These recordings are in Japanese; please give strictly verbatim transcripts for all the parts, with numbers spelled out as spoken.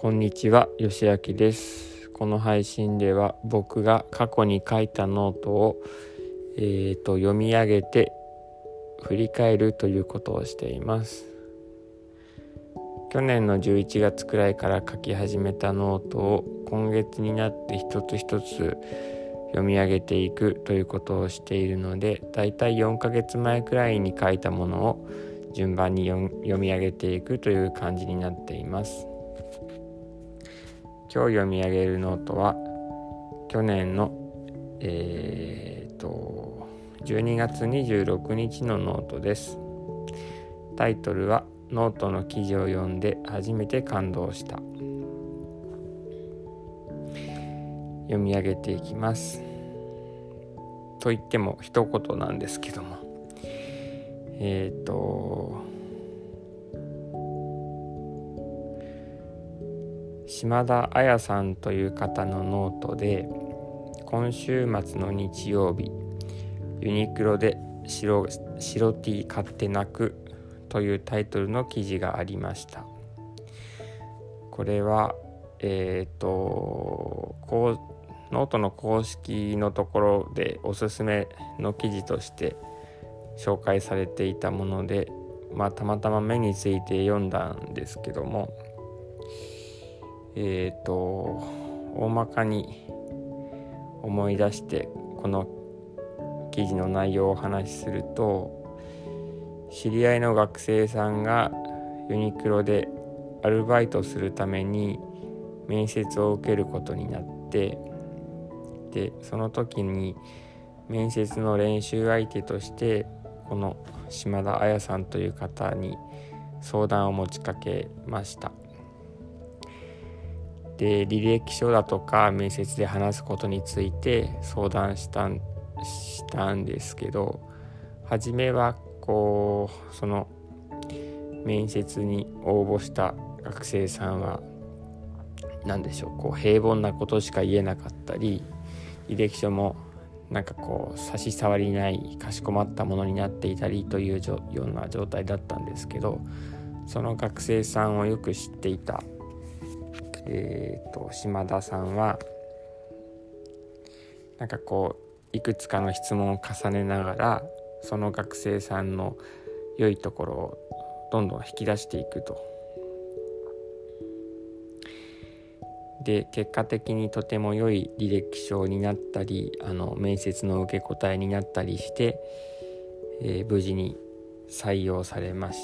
こんにちは、よしあきです。この配信では僕が過去に書いたノートを、えー、と読み上げて振り返るということをしています。去年のじゅういちがつくらいから書き始めたノートを今月になって一つ一つ読み上げていくということをしているので、だいたいよんかげつまえくらいに書いたものを順番に読み上げていくという感じになっています。今日読み上げるノートは去年のえー、とじゅうにがつにじゅうろくにちのノートです。タイトルはノートの記事を読んで初めて感動した。読み上げていきます。と言っても一言なんですけども、えーと島田彩さんという方のノートで、今週末の日曜日ユニクロで 白, 白 T 買って泣くというタイトルの記事がありました。これはえっ、ー、とこうノートの公式のところでおすすめの記事として紹介されていたもので、まあたまたま目について読んだんですけども、えーと大まかに思い出してこの記事の内容をお話しすると、知り合いの学生さんがユニクロでアルバイトするために面接を受けることになって、でその時に面接の練習相手としてこの島田彩さんという方に相談を持ちかけました。で履歴書だとか面接で話すことについて相談したん、したんですけど、初めはこうその面接に応募した学生さんは何でしょう、こう平凡なことしか言えなかったり、履歴書もなんかこう差し障りないかしこまったものになっていたりというような状態だったんですけど、その学生さんをよく知っていたえー、と島田さんはなんかこういくつかの質問を重ねながらその学生さんの良いところをどんどん引き出していくと。で結果的にとても良い履歴書になったり、あの面接の受け答えになったりして、えー、無事に採用されました。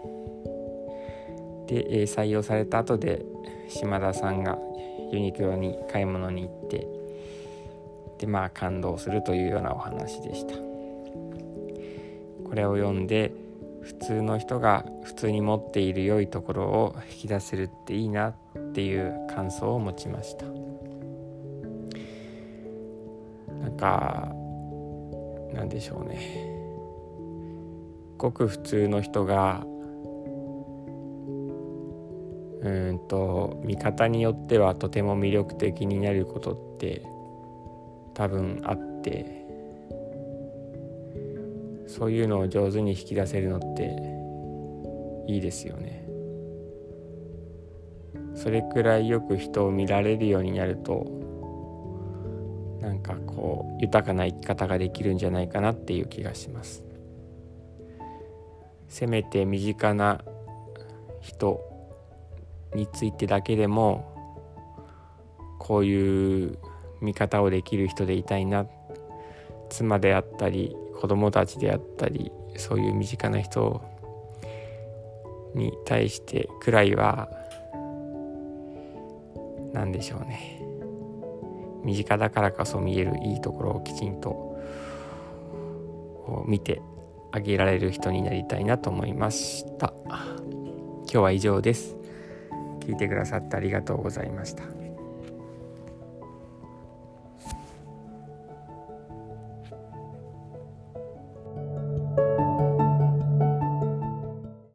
で、えー、採用された後で島田さんがユニクロに買い物に行って、でまあ感動するというようなお話でした。これを読んで普通の人が普通に持っている良いところを引き出せるっていいなっていう感想を持ちました。なんかなんでしょうね、ごく普通の人がうんと見方によってはとても魅力的になることって多分あって、そういうのを上手に引き出せるのっていいですよね。それくらいよく人を見られるようになると、なんかこう豊かな生き方ができるんじゃないかなっていう気がします。せめて身近な人についてだけでもこういう見方をできる人でいたいな。妻であったり子供たちであったり、そういう身近な人に対してくらいはなんでしょうね、身近だからこそ見えるいいところをきちんと見てあげられる人になりたいなと思いました。今日は以上です。聞いてくださってありがとうございました。